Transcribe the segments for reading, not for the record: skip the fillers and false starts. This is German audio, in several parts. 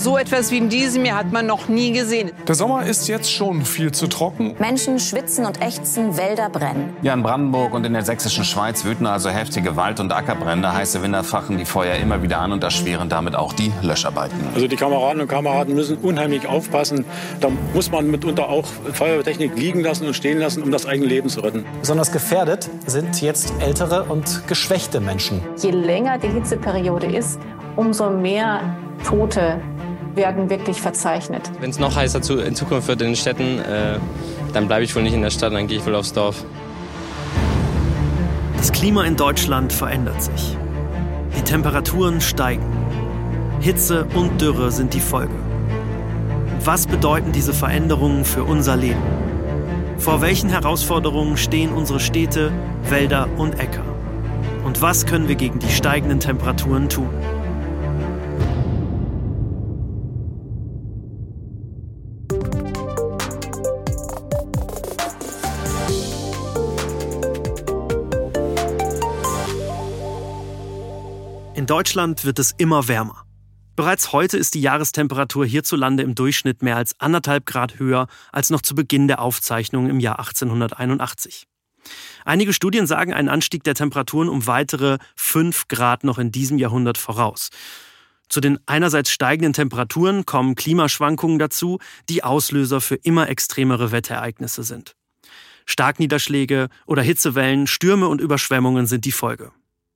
So etwas wie in diesem Jahr hat man noch nie gesehen. Der Sommer ist jetzt schon viel zu trocken. Menschen schwitzen und ächzen, Wälder brennen. Ja, in Brandenburg und in der sächsischen Schweiz wüten also heftige Wald- und Ackerbrände. Heiße Winter fachen die Feuer immer wieder an und erschweren damit auch die Löscharbeiten. Also die Kameradinnen und Kameraden müssen unheimlich aufpassen. Da muss man mitunter auch Feuerwehrtechnik liegen lassen und stehen lassen, um das eigene Leben zu retten. Besonders gefährdet sind jetzt ältere und geschwächte Menschen. Je länger die Hitzeperiode ist, umso mehr Tote werden wirklich verzeichnet. Wenn es noch heißer in Zukunft wird in den Städten, dann bleibe ich wohl nicht in der Stadt, dann gehe ich wohl aufs Dorf. Das Klima in Deutschland verändert sich. Die Temperaturen steigen. Hitze und Dürre sind die Folge. Was bedeuten diese Veränderungen für unser Leben? Vor welchen Herausforderungen stehen unsere Städte, Wälder und Äcker? Und was können wir gegen die steigenden Temperaturen tun? In Deutschland wird es immer wärmer. Bereits heute ist die Jahrestemperatur hierzulande im Durchschnitt mehr als 1,5 Grad höher als noch zu Beginn der Aufzeichnungen im Jahr 1881. Einige Studien sagen einen Anstieg der Temperaturen um weitere 5 Grad noch in diesem Jahrhundert voraus. Zu den einerseits steigenden Temperaturen kommen Klimaschwankungen dazu, die Auslöser für immer extremere Wetterereignisse sind. Starkniederschläge oder Hitzewellen, Stürme und Überschwemmungen sind die Folge.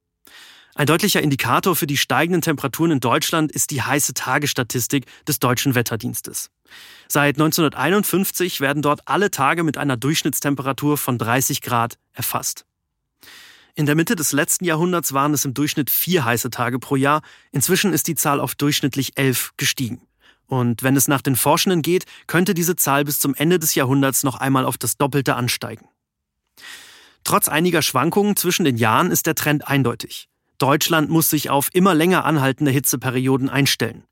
Ein deutlicher Indikator für die steigenden Temperaturen in Deutschland ist die heiße Tagesstatistik des Deutschen Wetterdienstes. Seit 1951 werden dort alle Tage mit einer Durchschnittstemperatur von 30 Grad erfasst. In der Mitte des letzten Jahrhunderts waren es im Durchschnitt 4 heiße Tage pro Jahr. Inzwischen ist die Zahl auf durchschnittlich 11 gestiegen. Und wenn es nach den Forschenden geht, könnte diese Zahl bis zum Ende des Jahrhunderts noch einmal auf das Doppelte ansteigen. Trotz einiger Schwankungen zwischen den Jahren ist der Trend eindeutig. Deutschland muss sich auf immer länger anhaltende Hitzeperioden einstellen.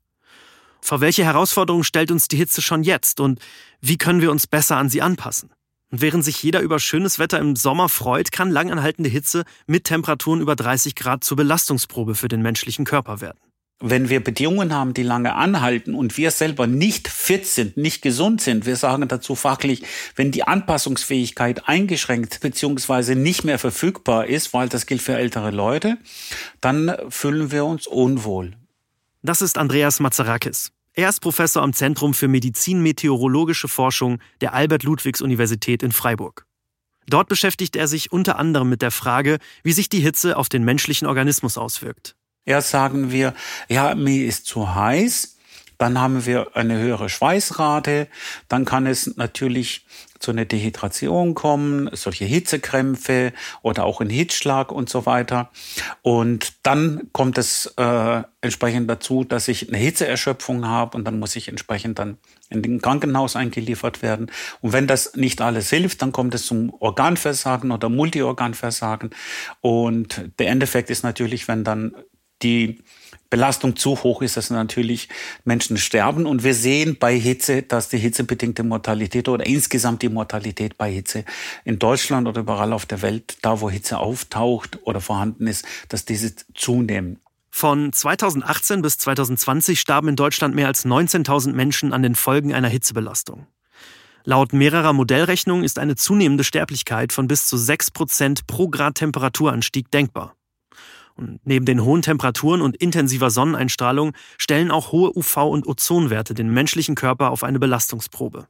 Vor welche Herausforderungen stellt uns die Hitze schon jetzt und wie können wir uns besser an sie anpassen? Und während sich jeder über schönes Wetter im Sommer freut, kann langanhaltende Hitze mit Temperaturen über 30 Grad zur Belastungsprobe für den menschlichen Körper werden. Wenn wir Bedingungen haben, die lange anhalten und wir selber nicht fit sind, nicht gesund sind, wir sagen dazu fachlich, wenn die Anpassungsfähigkeit eingeschränkt bzw. nicht mehr verfügbar ist, weil das gilt für ältere Leute, dann fühlen wir uns unwohl. Das ist Andreas Mazarakis. Er ist Professor am Zentrum für Medizin-Meteorologische Forschung der Albert-Ludwigs-Universität in Freiburg. Dort beschäftigt er sich unter anderem mit der Frage, wie sich die Hitze auf den menschlichen Organismus auswirkt. Erst sagen wir, ja, mir ist zu heiß, dann haben wir eine höhere Schweißrate, dann kann es natürlich zu einer Dehydration kommen, solche Hitzekrämpfe oder auch ein Hitzschlag und so weiter. Und dann kommt es entsprechend dazu, dass ich eine Hitzeerschöpfung habe und dann muss ich entsprechend dann in den Krankenhaus eingeliefert werden. Und wenn das nicht alles hilft, dann kommt es zum Organversagen oder Multiorganversagen. Und der Endeffekt ist natürlich, wenn dann die Belastung zu hoch ist, dass natürlich Menschen sterben. Und wir sehen bei Hitze, dass die hitzebedingte Mortalität oder insgesamt die Mortalität bei Hitze in Deutschland oder überall auf der Welt, da wo Hitze auftaucht oder vorhanden ist, dass diese zunehmen. Von 2018 bis 2020 starben in Deutschland mehr als 19.000 Menschen an den Folgen einer Hitzebelastung. Laut mehrerer Modellrechnungen ist eine zunehmende Sterblichkeit von bis zu 6% pro Grad Temperaturanstieg denkbar. Und neben den hohen Temperaturen und intensiver Sonneneinstrahlung stellen auch hohe UV- und Ozonwerte den menschlichen Körper auf eine Belastungsprobe.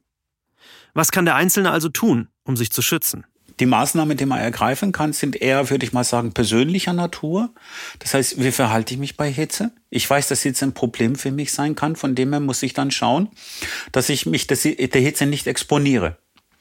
Was kann der Einzelne also tun, um sich zu schützen? Die Maßnahmen, die man ergreifen kann, sind eher, würde ich mal sagen, persönlicher Natur. Das heißt, wie verhalte ich mich bei Hitze? Ich weiß, dass Hitze ein Problem für mich sein kann. Von dem her muss ich dann schauen, dass ich mich der Hitze nicht exponiere.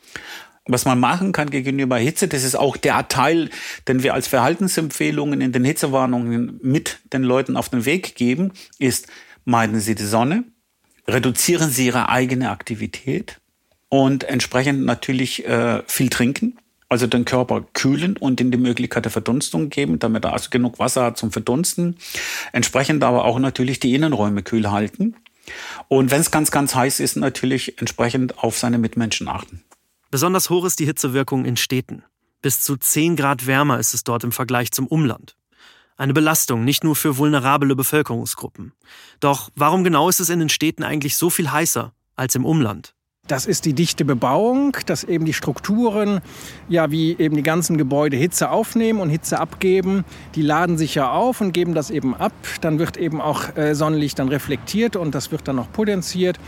Was man machen kann gegenüber Hitze, das ist auch der Teil, den wir als Verhaltensempfehlungen in den Hitzewarnungen mit den Leuten auf den Weg geben, ist, meiden Sie die Sonne, reduzieren Sie Ihre eigene Aktivität und entsprechend natürlich viel trinken, also den Körper kühlen und ihm die Möglichkeit der Verdunstung geben, damit er also genug Wasser hat zum Verdunsten. Entsprechend aber auch natürlich die Innenräume kühl halten. Und wenn es ganz, ganz heiß ist, natürlich entsprechend auf seine Mitmenschen achten. Besonders hoch ist die Hitzewirkung in Städten. Bis zu 10 Grad wärmer ist es dort im Vergleich zum Umland. Eine Belastung, nicht nur für vulnerable Bevölkerungsgruppen. Doch warum genau ist es in den Städten eigentlich so viel heißer als im Umland? Das ist die dichte Bebauung, dass eben die Strukturen, ja wie eben die ganzen Gebäude Hitze aufnehmen und Hitze abgeben. Die laden sich ja auf und geben das eben ab. Dann wird eben auch Sonnenlicht dann reflektiert und das wird dann noch potenziert.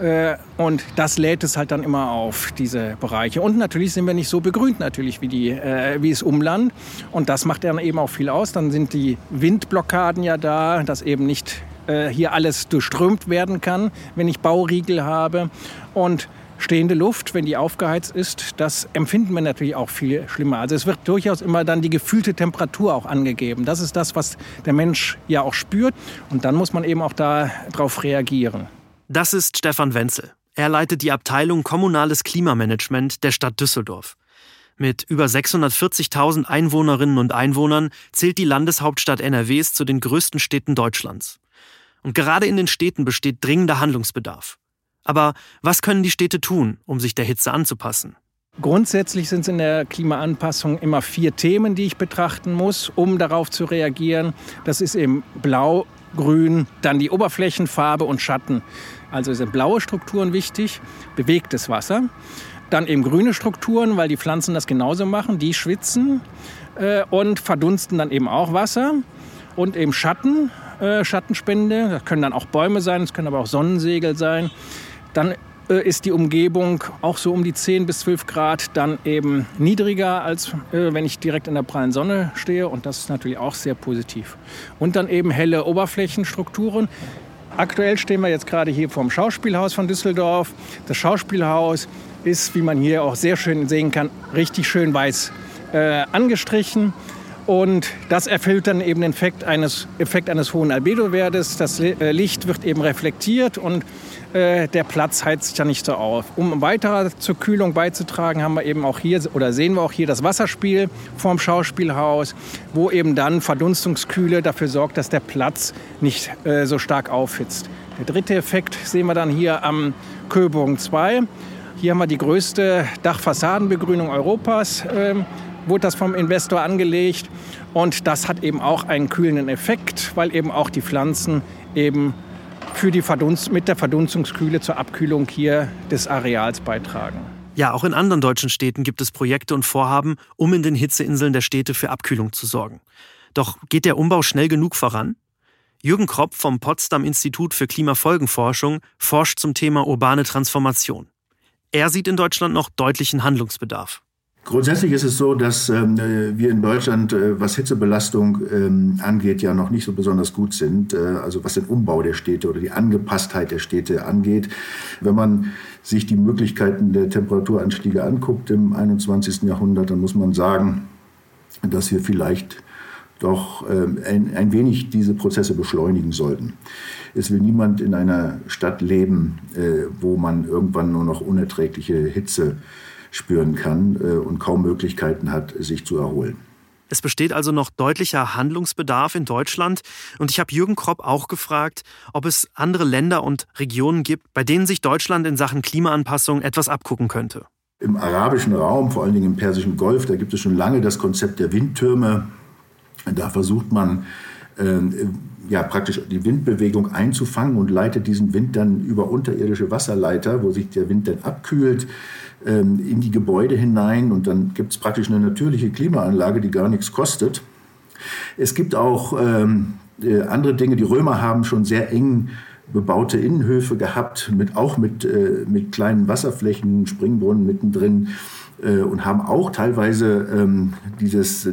Und das lädt es halt dann immer auf, diese Bereiche. Und natürlich sind wir nicht so begrünt natürlich wie das Umland. Und das macht dann eben auch viel aus. Dann sind die Windblockaden ja da, dass eben nicht hier alles durchströmt werden kann, wenn ich Bauriegel habe. Und stehende Luft, wenn die aufgeheizt ist, das empfinden wir natürlich auch viel schlimmer. Also es wird durchaus immer dann die gefühlte Temperatur auch angegeben. Das ist das, was der Mensch ja auch spürt. Und dann muss man eben auch darauf reagieren. Das ist Stefan Wenzel. Er leitet die Abteilung Kommunales Klimamanagement der Stadt Düsseldorf. Mit über 640.000 Einwohnerinnen und Einwohnern zählt die Landeshauptstadt NRWs zu den größten Städten Deutschlands. Und gerade in den Städten besteht dringender Handlungsbedarf. Aber was können die Städte tun, um sich der Hitze anzupassen? Grundsätzlich sind es in der Klimaanpassung immer 4 Themen, die ich betrachten muss, um darauf zu reagieren. Das ist eben Blau, Grün, dann die Oberflächenfarbe und Schatten. Also sind blaue Strukturen wichtig, bewegtes Wasser. Dann eben grüne Strukturen, weil die Pflanzen das genauso machen, die schwitzen und verdunsten dann eben auch Wasser. Und eben Schatten, Schattenspende, das können dann auch Bäume sein, das können aber auch Sonnensegel sein. Dann ist die Umgebung auch so um die 10 bis 12 Grad dann eben niedriger, als wenn ich direkt in der prallen Sonne stehe. Und das ist natürlich auch sehr positiv. Und dann eben helle Oberflächenstrukturen. Aktuell stehen wir jetzt gerade hier vorm Schauspielhaus von Düsseldorf. Das Schauspielhaus ist, wie man hier auch sehr schön sehen kann, richtig schön weiß angestrichen. Und das erfüllt dann eben den Effekt eines hohen Albedo-Wertes. Das Licht wird eben reflektiert und der Platz heizt sich ja nicht so auf. Um weiter zur Kühlung beizutragen, haben wir eben auch hier, oder sehen wir auch hier das Wasserspiel vorm Schauspielhaus, wo eben dann Verdunstungskühle dafür sorgt, dass der Platz nicht so stark aufhitzt. Der dritte Effekt sehen wir dann hier am Köbogen 2. Hier haben wir die größte Dachfassadenbegrünung Europas. Wurde das vom Investor angelegt und das hat eben auch einen kühlenden Effekt, weil eben auch die Pflanzen eben mit der Verdunstungskühle zur Abkühlung hier des Areals beitragen. Ja, auch in anderen deutschen Städten gibt es Projekte und Vorhaben, um in den Hitzeinseln der Städte für Abkühlung zu sorgen. Doch geht der Umbau schnell genug voran? Jürgen Kropp vom Potsdam Institut für Klimafolgenforschung forscht zum Thema urbane Transformation. Er sieht in Deutschland noch deutlichen Handlungsbedarf. Grundsätzlich ist es so, dass wir in Deutschland, was Hitzebelastung angeht, ja noch nicht so besonders gut sind. Also was den Umbau der Städte oder die Angepasstheit der Städte angeht. Wenn man sich die Möglichkeiten der Temperaturanstiege anguckt im 21. Jahrhundert, dann muss man sagen, dass wir vielleicht doch ein wenig diese Prozesse beschleunigen sollten. Es will niemand in einer Stadt leben, wo man irgendwann nur noch unerträgliche Hitze spüren kann und kaum Möglichkeiten hat, sich zu erholen. Es besteht also noch deutlicher Handlungsbedarf in Deutschland. Und ich habe Jürgen Kropp auch gefragt, ob es andere Länder und Regionen gibt, bei denen sich Deutschland in Sachen Klimaanpassung etwas abgucken könnte. Im arabischen Raum, vor allen Dingen im Persischen Golf, da gibt es schon lange das Konzept der Windtürme. Da versucht man praktisch die Windbewegung einzufangen und leitet diesen Wind dann über unterirdische Wasserleiter, wo sich der Wind dann abkühlt, in die Gebäude hinein. Und dann gibt es praktisch eine natürliche Klimaanlage, die gar nichts kostet. Es gibt auch andere Dinge. Die Römer haben schon sehr eng bebaute Innenhöfe gehabt, mit kleinen Wasserflächen, Springbrunnen mittendrin. Und haben auch teilweise dieses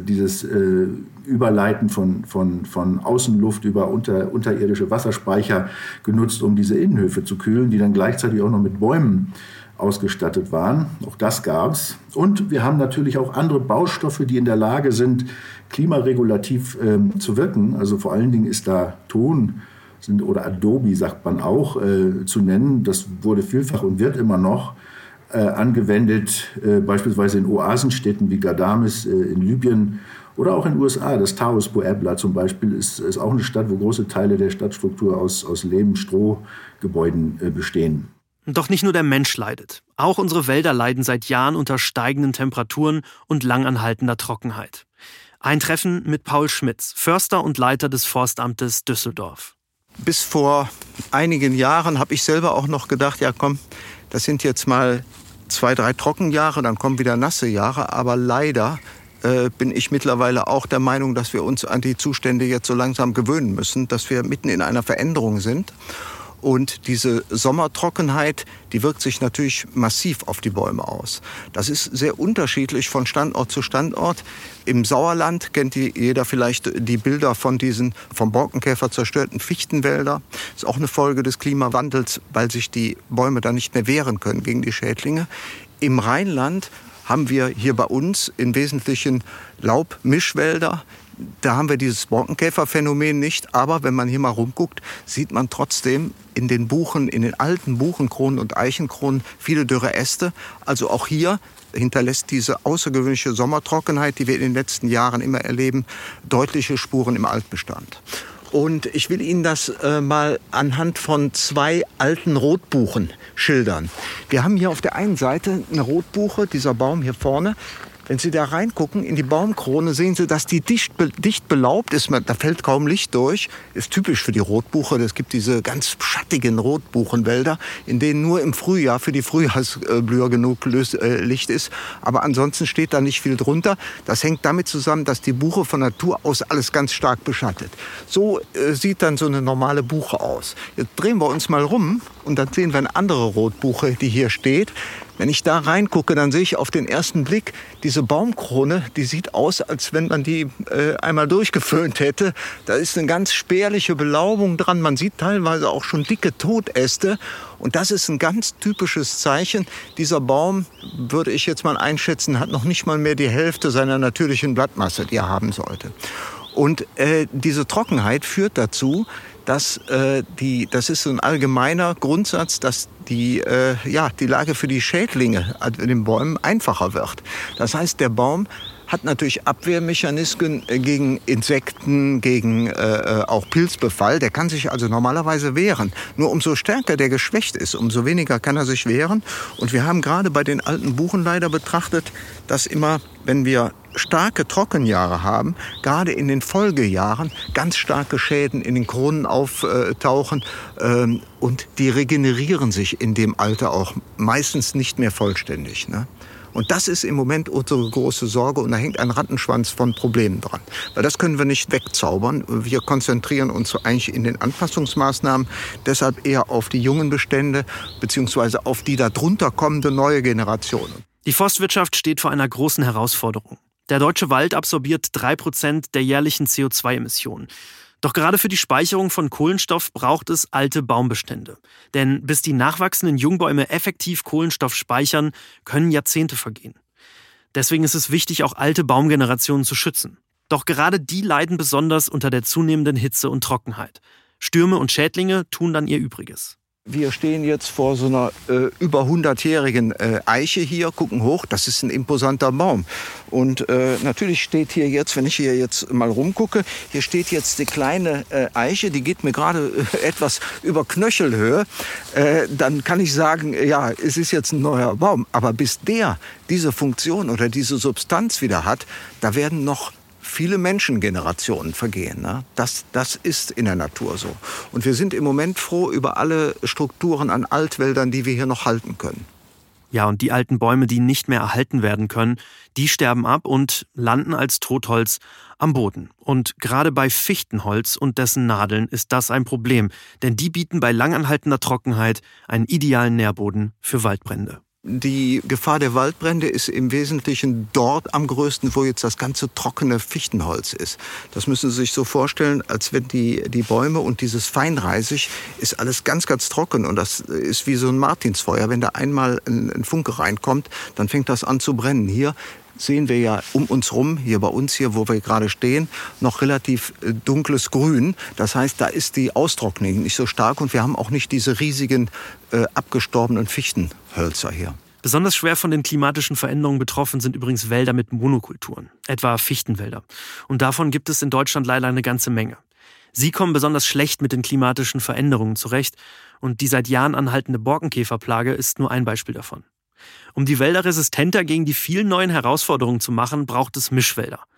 Überleiten von Außenluft über unterirdische Wasserspeicher genutzt, um diese Innenhöfe zu kühlen, die dann gleichzeitig auch noch mit Bäumen ausgestattet waren. Auch das gab's. Und wir haben natürlich auch andere Baustoffe, die in der Lage sind, klimaregulativ zu wirken. Also vor allen Dingen ist da Ton oder Adobe, sagt man auch, zu nennen. Das wurde vielfach und wird immer noch angewendet, beispielsweise in Oasenstädten wie Ghadames in Libyen oder auch in den USA. Das Taos Puebla zum Beispiel ist auch eine Stadt, wo große Teile der Stadtstruktur aus Lehm-, Strohgebäuden bestehen. Doch nicht nur der Mensch leidet. Auch unsere Wälder leiden seit Jahren unter steigenden Temperaturen und langanhaltender Trockenheit. Ein Treffen mit Paul Schmitz, Förster und Leiter des Forstamtes Düsseldorf. Bis vor einigen Jahren habe ich selber auch noch gedacht, ja komm, das sind jetzt mal 2, 3 Trockenjahre, dann kommen wieder nasse Jahre. Aber leider bin ich mittlerweile auch der Meinung, dass wir uns an die Zustände jetzt so langsam gewöhnen müssen, dass wir mitten in einer Veränderung sind. Und diese Sommertrockenheit, die wirkt sich natürlich massiv auf die Bäume aus. Das ist sehr unterschiedlich von Standort zu Standort. Im Sauerland kennt jeder vielleicht die Bilder von diesen vom Borkenkäfer zerstörten Fichtenwälder. Das ist auch eine Folge des Klimawandels, weil sich die Bäume dann nicht mehr wehren können gegen die Schädlinge. Im Rheinland haben wir hier bei uns im Wesentlichen Laubmischwälder. Da haben wir dieses Borkenkäferphänomen nicht. Aber wenn man hier mal rumguckt, sieht man trotzdem in den Buchen, in den alten Buchenkronen und Eichenkronen viele dürre Äste. Also auch hier hinterlässt diese außergewöhnliche Sommertrockenheit, die wir in den letzten Jahren immer erleben, deutliche Spuren im Altbestand. Und ich will Ihnen das mal anhand von 2 alten Rotbuchen schildern. Wir haben hier auf der einen Seite eine Rotbuche, dieser Baum hier vorne. Wenn Sie da reingucken in die Baumkrone, sehen Sie, dass die dicht belaubt ist. Da fällt kaum Licht durch. Ist typisch für die Rotbuche. Es gibt diese ganz schattigen Rotbuchenwälder, in denen nur im Frühjahr für die Frühjahrsblüher genug Licht ist. Aber ansonsten steht da nicht viel drunter. Das hängt damit zusammen, dass die Buche von Natur aus alles ganz stark beschattet. So sieht dann so eine normale Buche aus. Jetzt drehen wir uns mal rum und dann sehen wir eine andere Rotbuche, die hier steht. Wenn ich da reingucke, dann sehe ich auf den ersten Blick, diese Baumkrone, die sieht aus, als wenn man die einmal durchgeföhnt hätte. Da ist eine ganz spärliche Belaubung dran. Man sieht teilweise auch schon dicke Totäste. Und das ist ein ganz typisches Zeichen. Dieser Baum, würde ich jetzt mal einschätzen, hat noch nicht mal mehr die Hälfte seiner natürlichen Blattmasse, die er haben sollte. Und diese Trockenheit führt dazu, das ist so ein allgemeiner Grundsatz, dass die Lage für die Schädlinge an den Bäumen einfacher wird. Das heißt, der Baum hat natürlich Abwehrmechanismen gegen Insekten, gegen auch Pilzbefall. Der kann sich also normalerweise wehren. Nur umso stärker der geschwächt ist, umso weniger kann er sich wehren. Und wir haben gerade bei den alten Buchen leider betrachtet, dass immer, wenn wir starke Trockenjahre haben, gerade in den Folgejahren ganz starke Schäden in den Kronen auftauchen und die regenerieren sich in dem Alter auch meistens nicht mehr vollständig, ne? Und das ist im Moment unsere große Sorge und da hängt ein Rattenschwanz von Problemen dran. Weil das können wir nicht wegzaubern. Wir konzentrieren uns eigentlich in den Anpassungsmaßnahmen deshalb eher auf die jungen Bestände beziehungsweise auf die darunter kommende neue Generation. Die Forstwirtschaft steht vor einer großen Herausforderung. Der deutsche Wald absorbiert 3% der jährlichen CO2-Emissionen. Doch gerade für die Speicherung von Kohlenstoff braucht es alte Baumbestände. Denn bis die nachwachsenden Jungbäume effektiv Kohlenstoff speichern, können Jahrzehnte vergehen. Deswegen ist es wichtig, auch alte Baumgenerationen zu schützen. Doch gerade die leiden besonders unter der zunehmenden Hitze und Trockenheit. Stürme und Schädlinge tun dann ihr Übriges. Wir stehen jetzt vor so einer über 100-jährigen Eiche hier, gucken hoch, das ist ein imposanter Baum. Und natürlich steht hier jetzt, wenn ich hier jetzt mal rumgucke, hier steht jetzt die kleine Eiche, die geht mir gerade etwas über Knöchelhöhe. Dann kann ich sagen, ja, es ist jetzt ein neuer Baum. Aber bis der diese Funktion oder diese Substanz wieder hat, da werden noch viele Menschengenerationen vergehen. Ne? Das ist in der Natur so. Und wir sind im Moment froh über alle Strukturen an Altwäldern, die wir hier noch halten können. Ja, und die alten Bäume, die nicht mehr erhalten werden können, die sterben ab und landen als Totholz am Boden. Und gerade bei Fichtenholz und dessen Nadeln ist das ein Problem, denn die bieten bei langanhaltender Trockenheit einen idealen Nährboden für Waldbrände. Die Gefahr der Waldbrände ist im Wesentlichen dort am größten, wo jetzt das ganze trockene Fichtenholz ist. Das müssen Sie sich so vorstellen, als wenn die Bäume und dieses Feinreisig ist alles ganz, ganz trocken. Und das ist wie so ein Martinsfeuer. Wenn da einmal ein Funke reinkommt, dann fängt das an zu brennen. Hier sehen wir ja um uns rum, hier bei uns hier, wo wir gerade stehen, noch relativ dunkles Grün. Das heißt, da ist die Austrocknung nicht so stark und wir haben auch nicht diese riesigen abgestorbenen Fichtenhölzer hier. Besonders schwer von den klimatischen Veränderungen betroffen sind übrigens Wälder mit Monokulturen, etwa Fichtenwälder. Und davon gibt es in Deutschland leider eine ganze Menge. Sie kommen besonders schlecht mit den klimatischen Veränderungen zurecht und die seit Jahren anhaltende Borkenkäferplage ist nur ein Beispiel davon. Um die Wälder resistenter gegen die vielen neuen Herausforderungen zu machen, braucht es Mischwälder.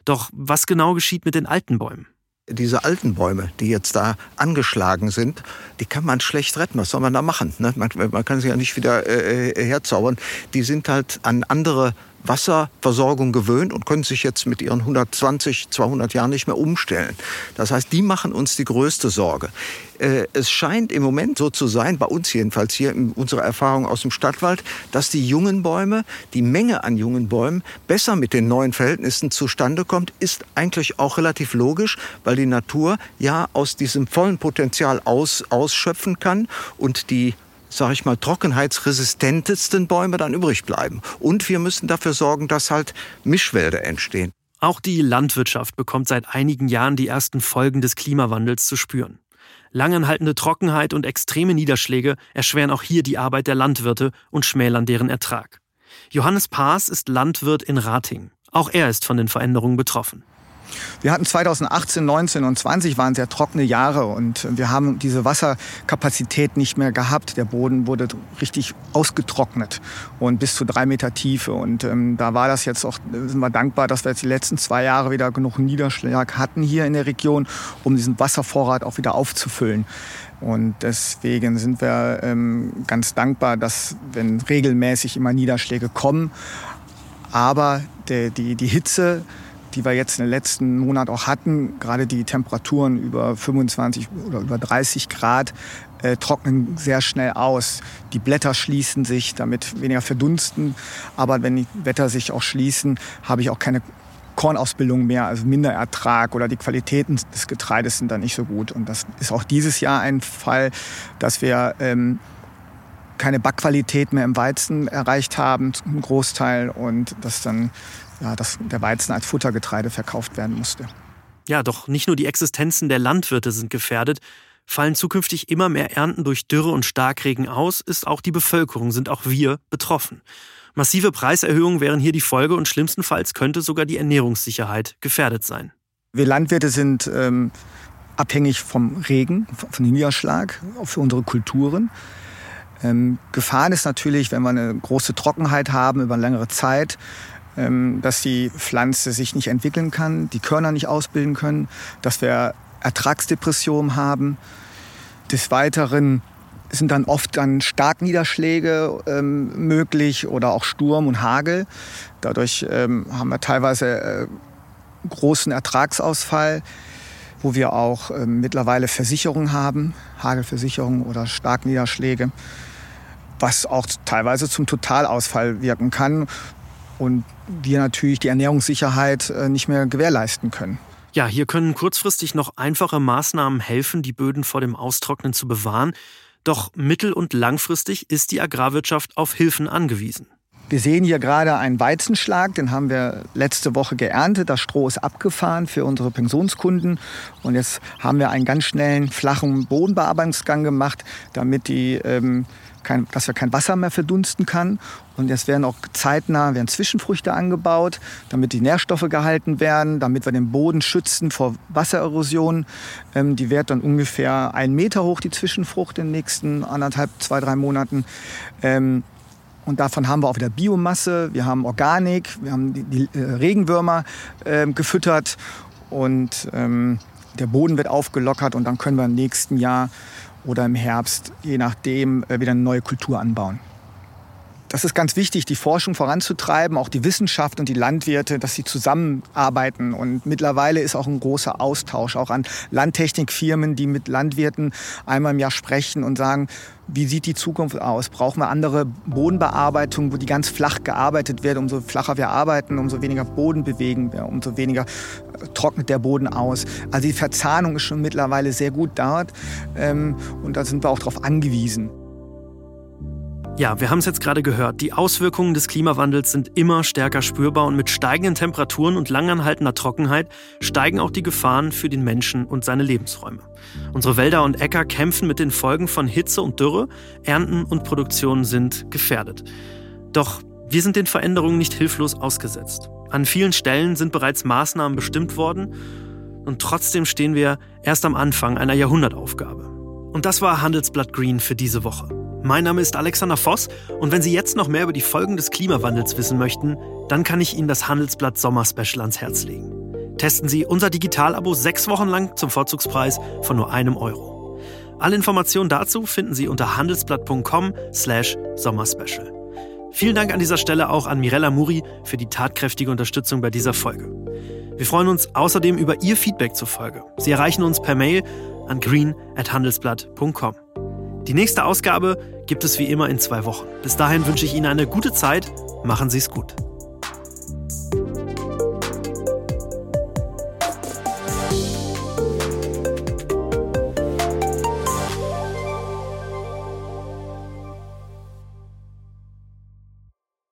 Doch was genau geschieht mit den alten Bäumen? Diese alten Bäume, die jetzt da angeschlagen sind, die kann man schlecht retten. Was soll man da machen? Ne? Man kann sie ja nicht wieder herzaubern. Die sind halt an andere Wasserversorgung gewöhnt und können sich jetzt mit ihren 120, 200 Jahren nicht mehr umstellen. Das heißt, die machen uns die größte Sorge. Es scheint im Moment so zu sein, bei uns jedenfalls hier in unserer Erfahrung aus dem Stadtwald, dass die jungen Bäume, die Menge an jungen Bäumen besser mit den neuen Verhältnissen zustande kommt, ist eigentlich auch relativ logisch, weil die Natur ja aus diesem vollen Potenzial ausschöpfen kann und die, sag ich mal, trockenheitsresistentesten Bäume dann übrig bleiben. Und wir müssen dafür sorgen, dass halt Mischwälder entstehen. Auch die Landwirtschaft bekommt seit einigen Jahren die ersten Folgen des Klimawandels zu spüren. Langanhaltende Trockenheit und extreme Niederschläge erschweren auch hier die Arbeit der Landwirte und schmälern deren Ertrag. Johannes Paas ist Landwirt in Ratingen. Auch er ist von den Veränderungen betroffen. Wir hatten 2018, 19 und 20 waren sehr trockene Jahre und wir haben diese Wasserkapazität nicht mehr gehabt. Der Boden wurde richtig ausgetrocknet und bis zu 3 Meter Tiefe. Und da war das jetzt auch, sind wir dankbar, dass wir jetzt die letzten 2 Jahre wieder genug Niederschlag hatten hier in der Region, um diesen Wasservorrat auch wieder aufzufüllen. Und deswegen sind wir ganz dankbar, dass, wenn regelmäßig immer Niederschläge kommen, aber die Hitze, die wir jetzt in den letzten Monaten auch hatten, gerade die Temperaturen über 25 oder über 30 Grad, trocknen sehr schnell aus. Die Blätter schließen sich, damit weniger verdunsten. Aber wenn die Blätter sich auch schließen, habe ich auch keine Kornausbildung mehr, also Minderertrag, oder die Qualitäten des Getreides sind dann nicht so gut. Und das ist auch dieses Jahr ein Fall, dass wir keine Backqualität mehr im Weizen erreicht haben, zum Großteil, und dass dann dass der Weizen als Futtergetreide verkauft werden musste. Ja, doch nicht nur die Existenzen der Landwirte sind gefährdet. Fallen zukünftig immer mehr Ernten durch Dürre und Starkregen aus, ist auch die Bevölkerung, sind auch wir betroffen. Massive Preiserhöhungen wären hier die Folge und schlimmstenfalls könnte sogar die Ernährungssicherheit gefährdet sein. Wir Landwirte sind abhängig vom Regen, vom Niederschlag, auch für unsere Kulturen. Gefahren ist natürlich, wenn wir eine große Trockenheit haben über eine längere Zeit, dass die Pflanze sich nicht entwickeln kann, die Körner nicht ausbilden können, dass wir Ertragsdepressionen haben. Des Weiteren sind dann oft Starkniederschläge möglich oder auch Sturm und Hagel. Dadurch haben wir teilweise großen Ertragsausfall, wo wir auch mittlerweile Versicherungen haben, Hagelversicherungen oder Starkniederschläge, was auch teilweise zum Totalausfall wirken kann. Und wir natürlich die Ernährungssicherheit nicht mehr gewährleisten können. Ja, hier können kurzfristig noch einfache Maßnahmen helfen, die Böden vor dem Austrocknen zu bewahren. Doch mittel- und langfristig ist die Agrarwirtschaft auf Hilfen angewiesen. Wir sehen hier gerade einen Weizenschlag, den haben wir letzte Woche geerntet. Das Stroh ist abgefahren für unsere Pensionskunden. Und jetzt haben wir einen ganz schnellen, flachen Bodenbearbeitungsgang gemacht, damit dass wir kein Wasser mehr verdunsten kann. Und jetzt werden auch zeitnah Zwischenfrüchte angebaut, damit die Nährstoffe gehalten werden, damit wir den Boden schützen vor Wassererosion. Die wird dann ungefähr 1 Meter hoch, die Zwischenfrucht, in den nächsten 1,5, 2, 3 Monaten. Und davon haben wir auch wieder Biomasse, wir haben Organik, wir haben die Regenwürmer gefüttert und der Boden wird aufgelockert und dann können wir im nächsten Jahr oder im Herbst, je nachdem, wieder eine neue Kultur anbauen. Das ist ganz wichtig, die Forschung voranzutreiben, auch die Wissenschaft und die Landwirte, dass sie zusammenarbeiten. Und mittlerweile ist auch ein großer Austausch, auch an Landtechnikfirmen, die mit Landwirten einmal im Jahr sprechen und sagen, wie sieht die Zukunft aus? Brauchen wir andere Bodenbearbeitung, wo die ganz flach gearbeitet wird? Umso flacher wir arbeiten, umso weniger Boden bewegen wir, umso weniger trocknet der Boden aus. Also die Verzahnung ist schon mittlerweile sehr gut dort und da sind wir auch darauf angewiesen. Ja, wir haben es jetzt gerade gehört. Die Auswirkungen des Klimawandels sind immer stärker spürbar und mit steigenden Temperaturen und langanhaltender Trockenheit steigen auch die Gefahren für den Menschen und seine Lebensräume. Unsere Wälder und Äcker kämpfen mit den Folgen von Hitze und Dürre. Ernten und Produktion sind gefährdet. Doch wir sind den Veränderungen nicht hilflos ausgesetzt. An vielen Stellen sind bereits Maßnahmen bestimmt worden und trotzdem stehen wir erst am Anfang einer Jahrhundertaufgabe. Und das war Handelsblatt Green für diese Woche. Mein Name ist Alexander Voss und wenn Sie jetzt noch mehr über die Folgen des Klimawandels wissen möchten, dann kann ich Ihnen das Handelsblatt Sommerspecial ans Herz legen. Testen Sie unser Digital-Abo 6 Wochen lang zum Vorzugspreis von nur €1. Alle Informationen dazu finden Sie unter handelsblatt.com/sommerspecial. Vielen Dank an dieser Stelle auch an Mirella Muri für die tatkräftige Unterstützung bei dieser Folge. Wir freuen uns außerdem über Ihr Feedback zur Folge. Sie erreichen uns per Mail an green@handelsblatt.com. Die nächste Ausgabe gibt es wie immer in 2 Wochen. Bis dahin wünsche ich Ihnen eine gute Zeit. Machen Sie es gut.